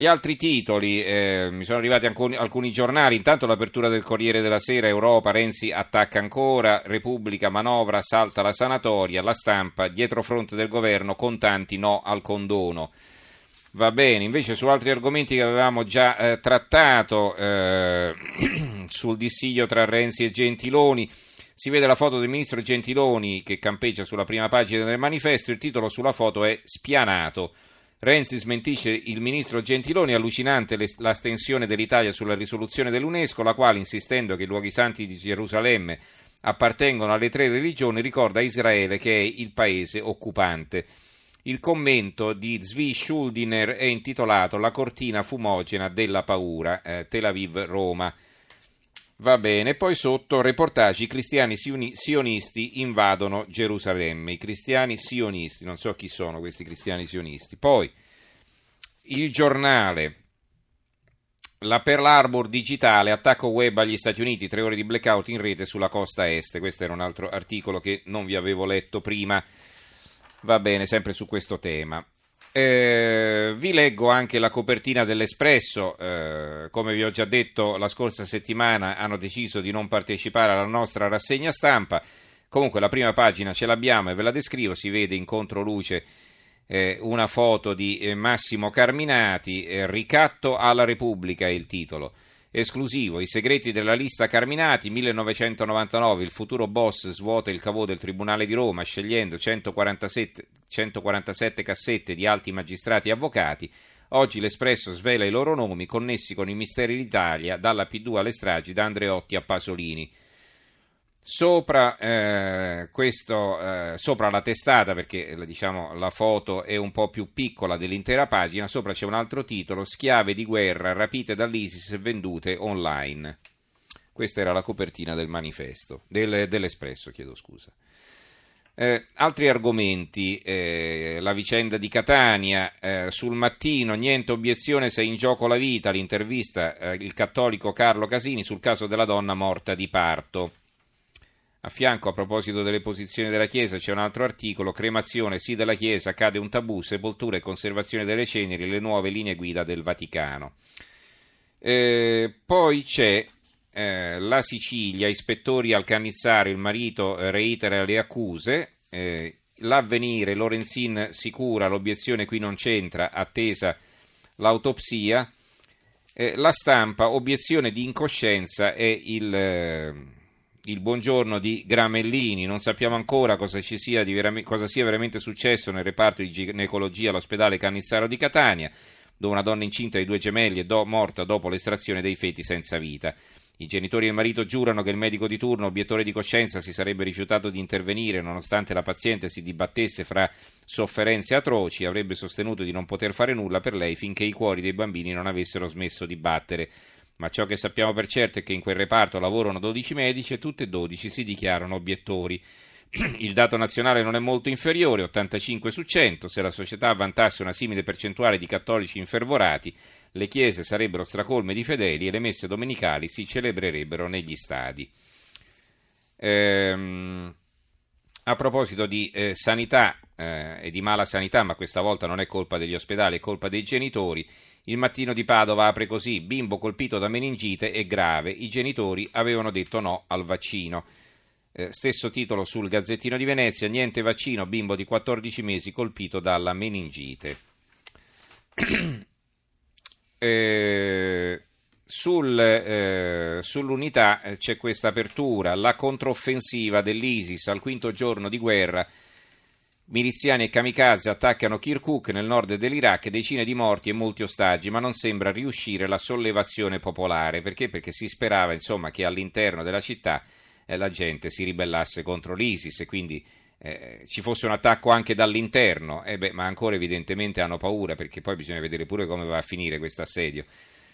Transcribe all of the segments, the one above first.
Gli altri titoli, mi sono arrivati alcuni giornali, intanto l'apertura del Corriere della Sera, Europa, Renzi attacca ancora, Repubblica, manovra, salta la sanatoria, La Stampa, dietro fronte del governo, contanti no al condono. Va bene, invece su altri argomenti che avevamo già trattato, sul dissidio tra Renzi e Gentiloni, si vede la foto del ministro Gentiloni che campeggia sulla prima pagina del manifesto, il titolo sulla foto è Spianato. Renzi smentisce il ministro Gentiloni, allucinante l'astensione dell'Italia sulla risoluzione dell'UNESCO, la quale, insistendo che i luoghi santi di Gerusalemme appartengono alle 3 religioni, ricorda Israele che è il paese occupante. Il commento di Zvi Schuldiner è intitolato La cortina fumogena della paura, Tel Aviv-Roma. Va bene, poi sotto reportage, i cristiani sionisti invadono Gerusalemme. I cristiani sionisti, non so chi sono questi cristiani sionisti. Poi il giornale, la Pearl Harbor digitale, attacco web agli Stati Uniti, 3 ore di blackout in rete sulla costa est. Questo era un altro articolo che non vi avevo letto prima. Va bene, sempre su questo tema. Vi leggo anche la copertina dell'Espresso. Come vi ho già detto la scorsa settimana, hanno deciso di non partecipare alla nostra rassegna stampa. Comunque la prima pagina ce l'abbiamo e ve la descrivo. Si vede in controluce una foto di Massimo Carminati, ricatto alla Repubblica è il titolo. Esclusivo, i segreti della lista Carminati, 1999, il futuro boss svuota il caveau del Tribunale di Roma scegliendo 147 cassette di alti magistrati e avvocati. Oggi l'Espresso svela i loro nomi connessi con i misteri d'Italia, dalla P2 alle stragi, da Andreotti a Pasolini. Sopra la testata, perché diciamo la foto è un po' più piccola dell'intera pagina, sopra c'è un altro titolo: schiave di guerra rapite dall'ISIS e vendute online. Questa era la copertina del manifesto dell'Espresso, chiedo scusa. Altri argomenti, la vicenda di Catania, sul Mattino, niente obiezione se è in gioco la vita, l'intervista il cattolico Carlo Casini sul caso della donna morta di parto. A fianco, a proposito delle posizioni della Chiesa, c'è un altro articolo: cremazione sì della Chiesa, cade un tabù, sepoltura e conservazione delle ceneri, le nuove linee guida del Vaticano. Poi c'è la Sicilia, ispettori al Cannizzaro, il marito reitera le accuse, l'Avvenire, Lorenzin sicura, l'obiezione qui non c'entra, attesa l'autopsia, la Stampa, obiezione di incoscienza è il buongiorno di Gramellini, non sappiamo ancora cosa sia veramente successo nel reparto di ginecologia all'ospedale Cannizzaro di Catania, dove una donna incinta di 2 gemelli è morta dopo l'estrazione dei feti senza vita. I genitori e il marito giurano che il medico di turno, obiettore di coscienza, si sarebbe rifiutato di intervenire nonostante la paziente si dibattesse fra sofferenze atroci, avrebbe sostenuto di non poter fare nulla per lei finché i cuori dei bambini non avessero smesso di battere. Ma ciò che sappiamo per certo è che in quel reparto lavorano 12 medici e tutte e 12 si dichiarano obiettori. Il dato nazionale non è molto inferiore, 85 su 100. Se la società vantasse una simile percentuale di cattolici infervorati, le chiese sarebbero stracolme di fedeli e le messe domenicali si celebrerebbero negli stadi. A proposito di sanità e di mala sanità, ma questa volta non è colpa degli ospedali, è colpa dei genitori, il Mattino di Padova apre così: bimbo colpito da meningite è grave, i genitori avevano detto no al vaccino. Stesso titolo sul Gazzettino di Venezia: niente vaccino, bimbo di 14 mesi colpito dalla meningite. Sull'Unità c'è questa apertura: la controffensiva dell'ISIS al 5° giorno di guerra. Miliziani e kamikaze attaccano Kirkuk nel nord dell'Iraq, decine di morti e molti ostaggi, ma non sembra riuscire la sollevazione popolare. Perché? Perché si sperava, insomma, che all'interno della città la gente si ribellasse contro l'ISIS e quindi ci fosse un attacco anche dall'interno. Ma ancora evidentemente hanno paura, perché poi bisogna vedere pure come va a finire questo assedio.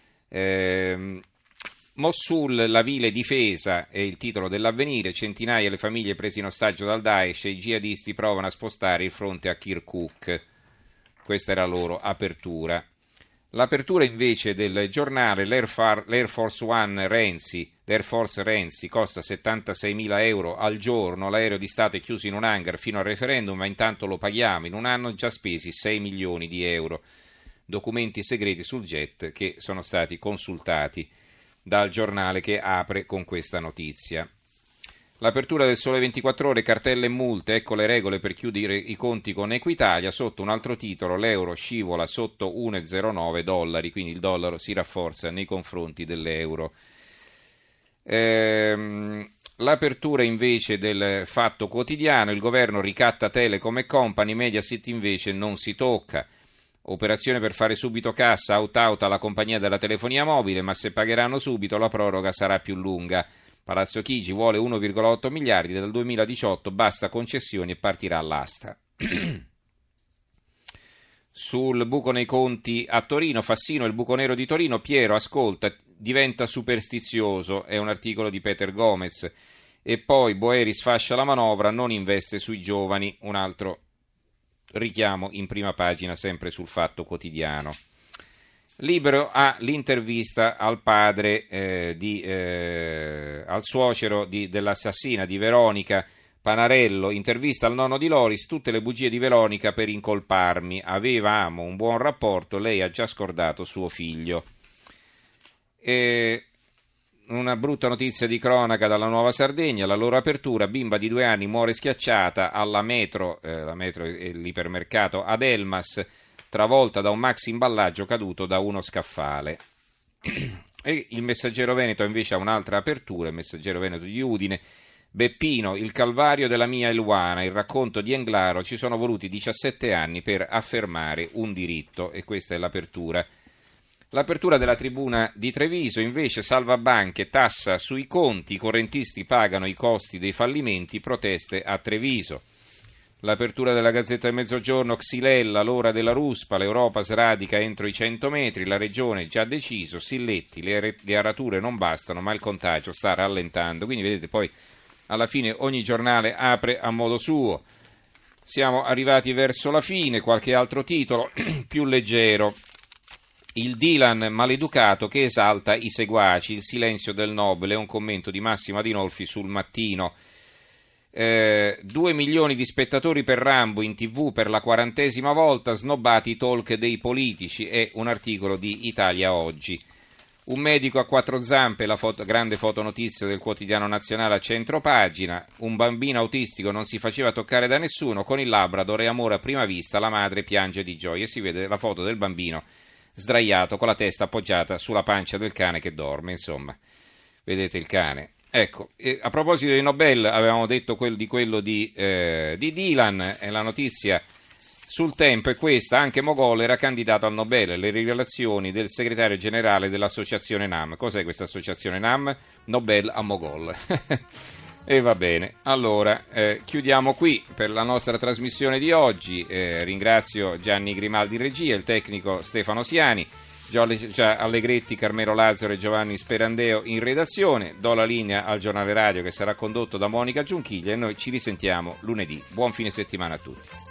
Mosul, la vile difesa è il titolo dell'Avvenire, centinaia le famiglie prese in ostaggio dal Daesh e i jihadisti provano a spostare il fronte a Kirkuk. Questa era la loro apertura. L'apertura invece del giornale: l'Air Force Renzi costa 76.000 euro al giorno, l'aereo di Stato è chiuso in un hangar fino al referendum, ma intanto lo paghiamo, in un anno già spesi 6 milioni di euro. documenti segreti sul jet che sono stati consultati dal giornale che apre con questa notizia. L'apertura del Sole 24 Ore, cartelle e multe, ecco le regole per chiudere i conti con Equitalia. Sotto un altro titolo, l'euro scivola sotto 1,09 dollari, quindi il dollaro si rafforza nei confronti dell'euro. L'apertura invece del Fatto Quotidiano, il governo ricatta Telecom e Company, Mediaset invece non si tocca. Operazione per fare subito cassa, out alla compagnia della telefonia mobile, ma se pagheranno subito la proroga sarà più lunga. Palazzo Chigi vuole 1,8 miliardi, dal 2018 basta concessioni e partirà l'asta. Sul buco nei conti a Torino, Fassino il buco nero di Torino, Piero ascolta, diventa superstizioso, è un articolo di Peter Gomez. E poi Boeri sfascia la manovra, non investe sui giovani, un altro richiamo in prima pagina sempre sul Fatto Quotidiano. Libero ha l'intervista al padre, al suocero dell'assassina di Veronica Panarello, intervista al nonno di Loris, tutte le bugie di Veronica per incolparmi, avevamo un buon rapporto, lei ha già scordato suo figlio. Una brutta notizia di cronaca dalla Nuova Sardegna, la loro apertura, bimba di 2 anni muore schiacciata alla metro, la metro è l'ipermercato ad Elmas, travolta da un maxi imballaggio caduto da uno scaffale. E il Messaggero Veneto invece ha un'altra apertura, il Messaggero Veneto di Udine, Beppino, il calvario della mia Eluana, il racconto di Englaro, ci sono voluti 17 anni per affermare un diritto, e questa è l'apertura. L'apertura della Tribuna di Treviso invece, salva banche, tassa sui conti, i correntisti pagano i costi dei fallimenti, proteste a Treviso. L'apertura della Gazzetta del Mezzogiorno, Xylella, l'ora della ruspa, l'Europa sradica entro i 100 metri, la regione già deciso, Silletti, le arature non bastano ma il contagio sta rallentando, quindi vedete poi alla fine ogni giornale apre a modo suo. Siamo arrivati verso la fine, qualche altro titolo più leggero. Il Dylan maleducato che esalta i seguaci, il silenzio del Nobel, è un commento di Massimo Adinolfi sul Mattino. 2 milioni di spettatori per Rambo in TV per la 40ª volta, snobbati i talk dei politici, è un articolo di Italia Oggi. Un medico a 4 zampe, la grande fotonotizia del quotidiano nazionale a centropagina. Un bambino autistico non si faceva toccare da nessuno, con il Labrador e amore a prima vista, la madre piange di gioia e si vede la foto del bambino sdraiato con la testa appoggiata sulla pancia del cane che dorme, insomma, vedete il cane. Ecco, a proposito di Nobel, avevamo detto quello di Dylan, e la notizia sul Tempo è questa, anche Mogol era candidato al Nobel, le rivelazioni del segretario generale dell'associazione NAM. Cos'è questa associazione NAM? Nobel a Mogol. E va bene, allora chiudiamo qui per la nostra trasmissione di oggi. Ringrazio Gianni Grimaldi in regia, il tecnico Stefano Siani, Allegretti, Carmelo Lazzaro e Giovanni Sperandeo in redazione. Do la linea al giornale radio che sarà condotto da Monica Giunchiglia e noi ci risentiamo lunedì. Buon fine settimana a tutti.